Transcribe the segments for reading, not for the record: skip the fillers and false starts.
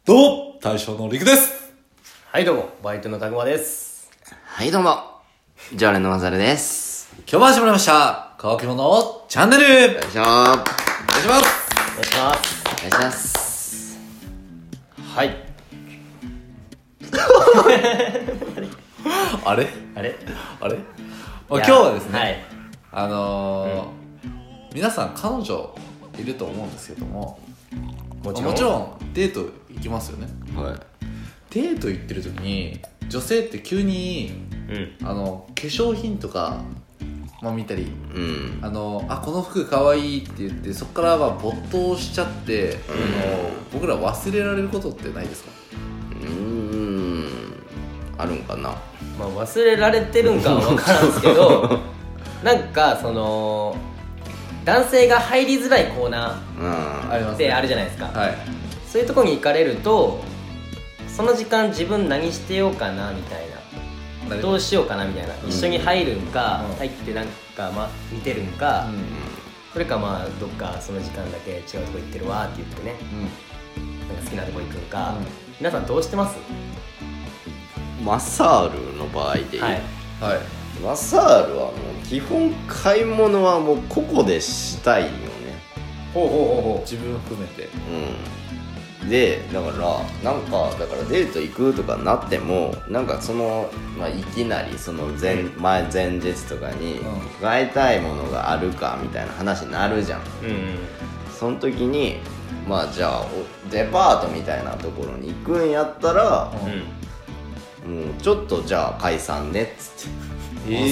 どうも大将のりくです。 はいどうもバイトのたぐまです。 はいどうも、常連のまさるです。 今日も始まりました乾き物チャンネル。 よいしょー。 お願いします。 お願いします。 お願いします。 はい。 あれあれ今日はですね、 はい皆さん彼女いると思うんですけども、 ももちろんデート行きますよね。 はい。 デート行ってる時に女性って急に化粧品とか、見たり、この服かわいいって言ってそこから没頭しちゃって、僕ら忘れられることってないですか？ あるんかな。 忘れられてるんかは分からんすけどなんかその男性が入りづらいコーナーってあるじゃないですか。 はい。 そういうところに行かれるとその時間自分何してようかなみたいな、どうしようかなみたいな、一緒に入るんか、入ってなんか見てるんか、それかどっかその時間だけ違うとこ行ってるわって言ってね、なんか好きなとこ行くんか、皆さんどうしてます？ マサールの場合で、 はい。 マサールはもう基本買い物はもう個々でしたいよね。 自分含めて。 でだからデート行くとかなってもなんかその、いきなりその前日とかに買いたいものがあるかみたいな話になるじゃん。その時にじゃあデパートみたいなところに行くんやったら、もうちょっとじゃあ解散ねっつって。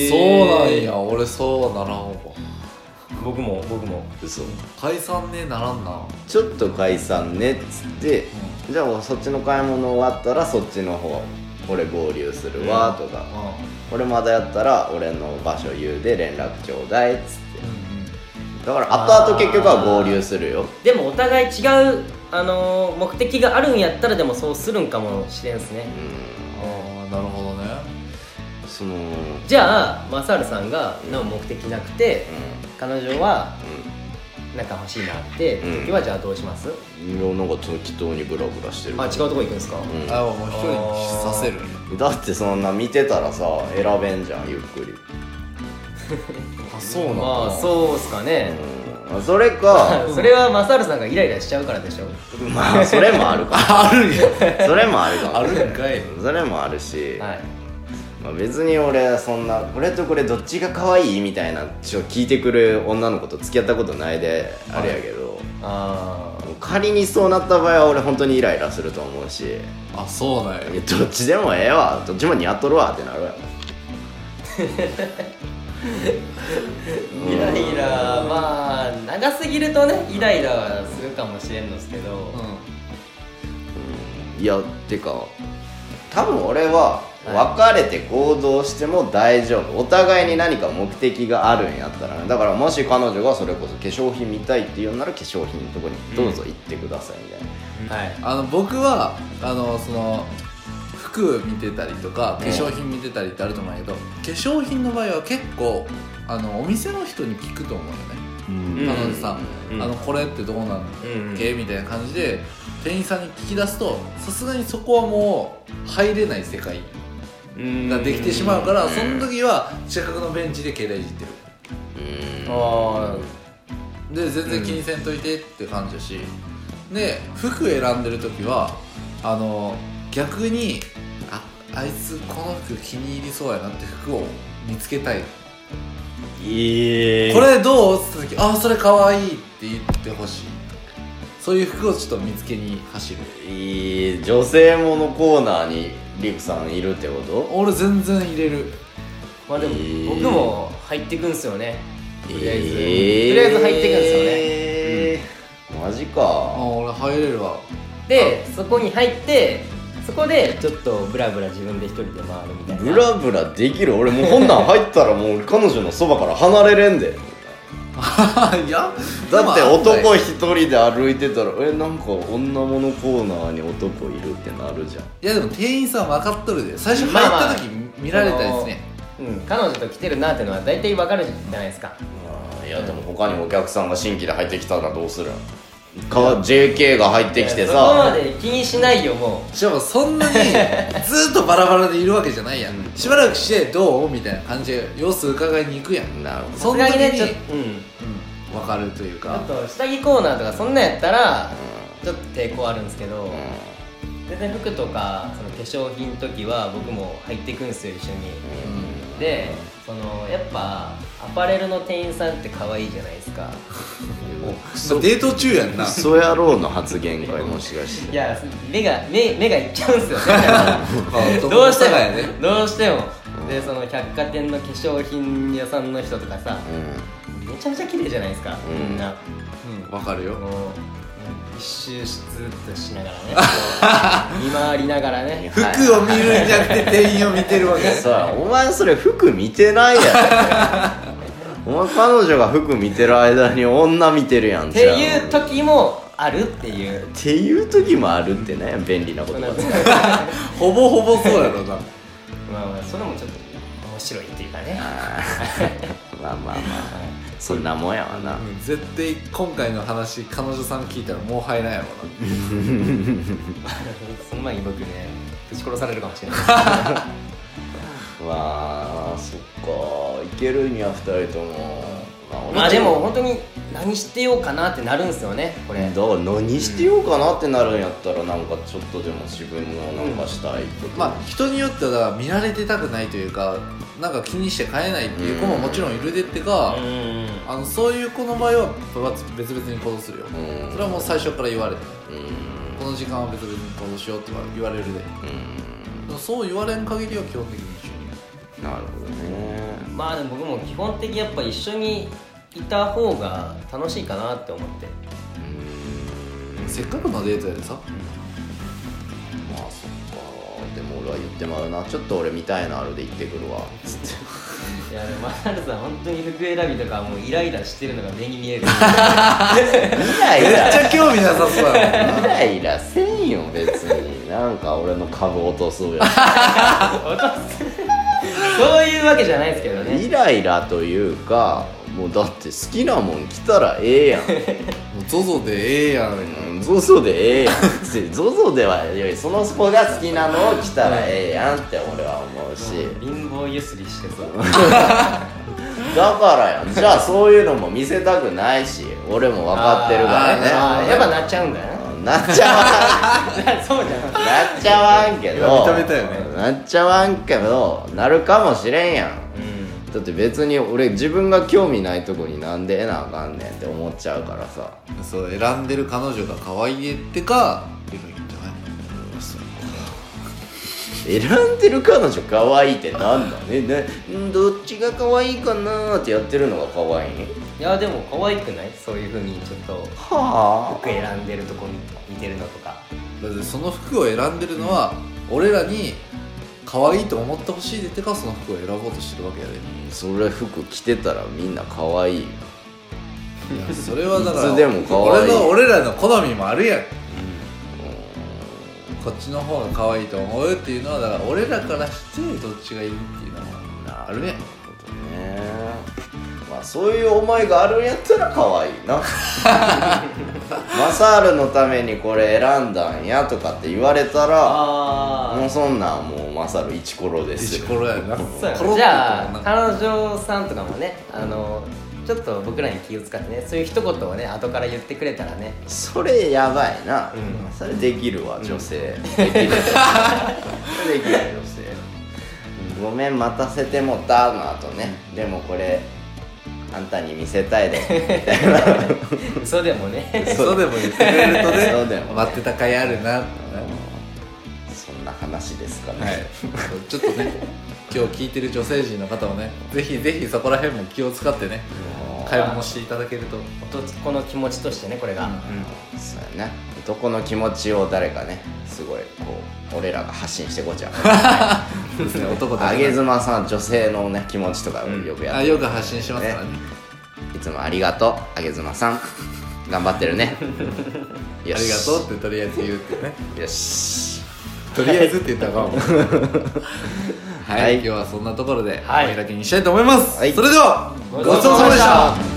そうなんや。俺そうならんわ。 僕も嘘。 解散ねならんな。 ちょっと解散ねっつって、じゃあそっちの買い物終わったらそっちの方俺合流するわとか、俺まだやったら俺の場所言うで連絡ちょうだいっつって、だから後々結局は合流するよ。 でもお互い違う、目的があるんやったらでもそうするんかもしれんすね。 なるほどね。 じゃあマサールさんがの目的なくて、彼女はなんか欲しいなって時はじゃあどうします？ いやなんか適当にブラブラしてる。 違うとこ行くんですか？ もう一人にさせる。 だってそんな見てたらさ選べんじゃんゆっくり。 そうなの？ そうっすかね。 それかそれはマサールさんがイライラしちゃうからでしょ。 それもあるかあるんや。 それもあるかも。 あるんかい。 それもあるし、 別に俺はそんなこれとこれどっちが可愛いみたいな聞いてくる女の子と付き合ったことないであれやけど、仮にそうなった場合は俺本当にイライラすると思うし、 そうなんや。 どっちでもええわ、どっちも似合っとるわってなるやろ。 イライラ長すぎるとねイライラはするかもしれんのですけど、 いやてか多分俺は別れて行動しても大丈夫、お互いに何か目的があるんやったらね。だからもし彼女がそれこそ化粧品見たいって言うなら化粧品のとこにどうぞ行ってくださいみたいな。 僕はその服見てたりとか化粧品見てたりってあると思うんやけど、化粧品の場合は結構お店の人に聞くと思うよね。彼女さん、これってどうなんけみたいな感じで店員さんに聞き出すと、さすがにそこはもう入れない世界ができてしまうから、その時は近くのベンチで携帯いじってる。で全然気にせんといてって感じだし、で服選んでる時は逆にあいつこの服気に入りそうやなって服を見つけたい。これどうって言った時、それかわいいって言ってほしい。そういう服をちょっと見つけに走る。 女性ものコーナーにリクさんいるってこと？ 俺全然入れる。 でも僕も入ってくんすよね。とりあえず入ってくんですよね。 マジか。 俺入れるわ。 でそこに入ってそこでちょっとブラブラ自分で一人で回るみたいな。 ブラブラできる？俺もうこんなん入ったらもう彼女のそばから離れれんで。 いやだって男一人で歩いてたらなんか女物コーナーに男いるってなるじゃん。 いやでも店員さん分かっとるで。最初入った時見られたですね。 彼女と来てるなっていうのは大体分かるじゃないですか。 いやでも他にお客さんが新規で入ってきたらどうするん？ JK が入ってきてそこまさ、 で気にしないよもしかもそんなにずっとバラバラでいるわけじゃないやん、しばらくしてどうみたいな感じで様子伺いに行くやん。 なるほその時にちょっと分かるというか、 あと下着コーナーとかそんなんやったらちょっと抵抗あるんですけど、全然服とかその化粧品の時は僕も入っていくんですよ一緒に、でそのやっぱアパレルの店員さんって可愛いじゃないですか。 デート中やんな。 クソ野郎の発言会もしかしていや目がいっちゃうんですよねどうしてもやね。 どうしてもでその百貨店の化粧品屋さんの人とかさ、めちゃめちゃ綺麗じゃないですか、みんな。 分かるよ。 もう一周ずっとしながらね見回りながらね服を見るんじゃなくて店員を見てるわけ。 さあお前それ服見てないやろお前彼女が服見てる間に女見てるやんっていう時もあるっていうっていう時もあるってね、便利なことだほぼほぼそうやろな。 まあそれもちょっと面白いっていうかねまあそんなもんやわな、 絶対今回の話彼女さん聞いたらもう入らんやろなその前に僕ねぶち殺されるかもしれないまあそっか、いけるには2人ともまあでも本当に何してようかなってなるんですよねこれ。 だから何してようかなってなるんやったらなんかちょっとでも自分のなんかしたいこと、 まあ人によっては見られてたくないというか、なんか気にして買えないっていう子ももちろんいるでってか、そういう子の場合は別々に行動するよ。それはもう最初から言われて、この時間は別々に行動しようって言われるで、でもそう言われん限りは基本的に一緒に。 なるほどね。 まあでも僕も基本的にやっぱ一緒にいた方が楽しいかなって思って。 せっかくのデートやでさ。 まあそっか、でも俺は言ってまうな、ちょっと俺見たいのあるで行ってくるわつっていやでもマサルさん本当に服選びとかもうイライラしてるのが目に見えるイライめっラちゃ興味なさそうやもんな。 イライラせんよ別に。なんか俺の株落とすやそういうわけじゃないですけどね。 イライラというか、もうだって好きなもん着たらええやんもう ZOZO でええやん。 ZOZO でええやんZOZO ではよりその子が好きなのを着たらええやんって俺は思うし、 貧乏ゆすりしてそうだからやん。じゃあそういうのも見せたくないし、俺も分かってるからね。 やっぱなっちゃうんだよなっちゃわんそうじゃん。 なっちゃわんけど、 認めたよね。 なっちゃわんけどなるかもしれんやん、だって別に俺自分が興味ないとこになんでえなあかんねんって思っちゃうからさ。 そう選んでる彼女が可愛いってかいるんじゃない。 選んでる彼女可愛いってなんだね。どっちが可愛いかなーってやってるのが可愛い。 いやでも可愛くない？そういう風にちょっとは服選んでるとこ見てるのとか。 だってその服を選んでるのは、俺らに可愛いと思ってほしいでってかその服を選ぼうとしてるわけやで。 それ服着てたらみんな可愛いよ。 いやそれはだからいつでも可愛い。 俺らの好みもあるやん、こっちの方が可愛いと思うっていうのはだから俺らからしてどっちがいいっていうのもあるやん。 ね、まあそういう思いがあるんやったら可愛いなマサールのためにこれ選んだんやとかって言われたら、もうそんなんもうマサールイチコロですよ。 イチコロやな。 そうやじゃあ彼女さんとかもね、ちょっと僕らに気を使ってね、そういう一言をね後から言ってくれたらね、 それやばいな、それできるわ女性、できるそれできる女性、ごめん待たせてもたの後ね、でもこれあんたに見せたいでみたいな嘘でもね嘘でも言ってくれるとねそうでもね待ってた甲斐あるなってね。 そんな話ですかね、 はい、ちょっとね今日聞いてる女性陣の方もね、ぜひぜひそこら辺も気を使ってね買い物していただけると。 男の気持ちとしてねこれが、 そうやね、男の気持ちを誰かねすごいこう俺らが発信してこちゃうそうですね、男だあげずまさん女性のね気持ちとかをよくやってる、 よく発信しますからね。 いつもありがとうあげずまさん頑張ってるねよしありがとうってとりあえず言うってね。 よしとりあえずって言ったらあかんもんはい、今日はそんなところでお開きにしたいと思います、 はいそれではごちそうさまでした。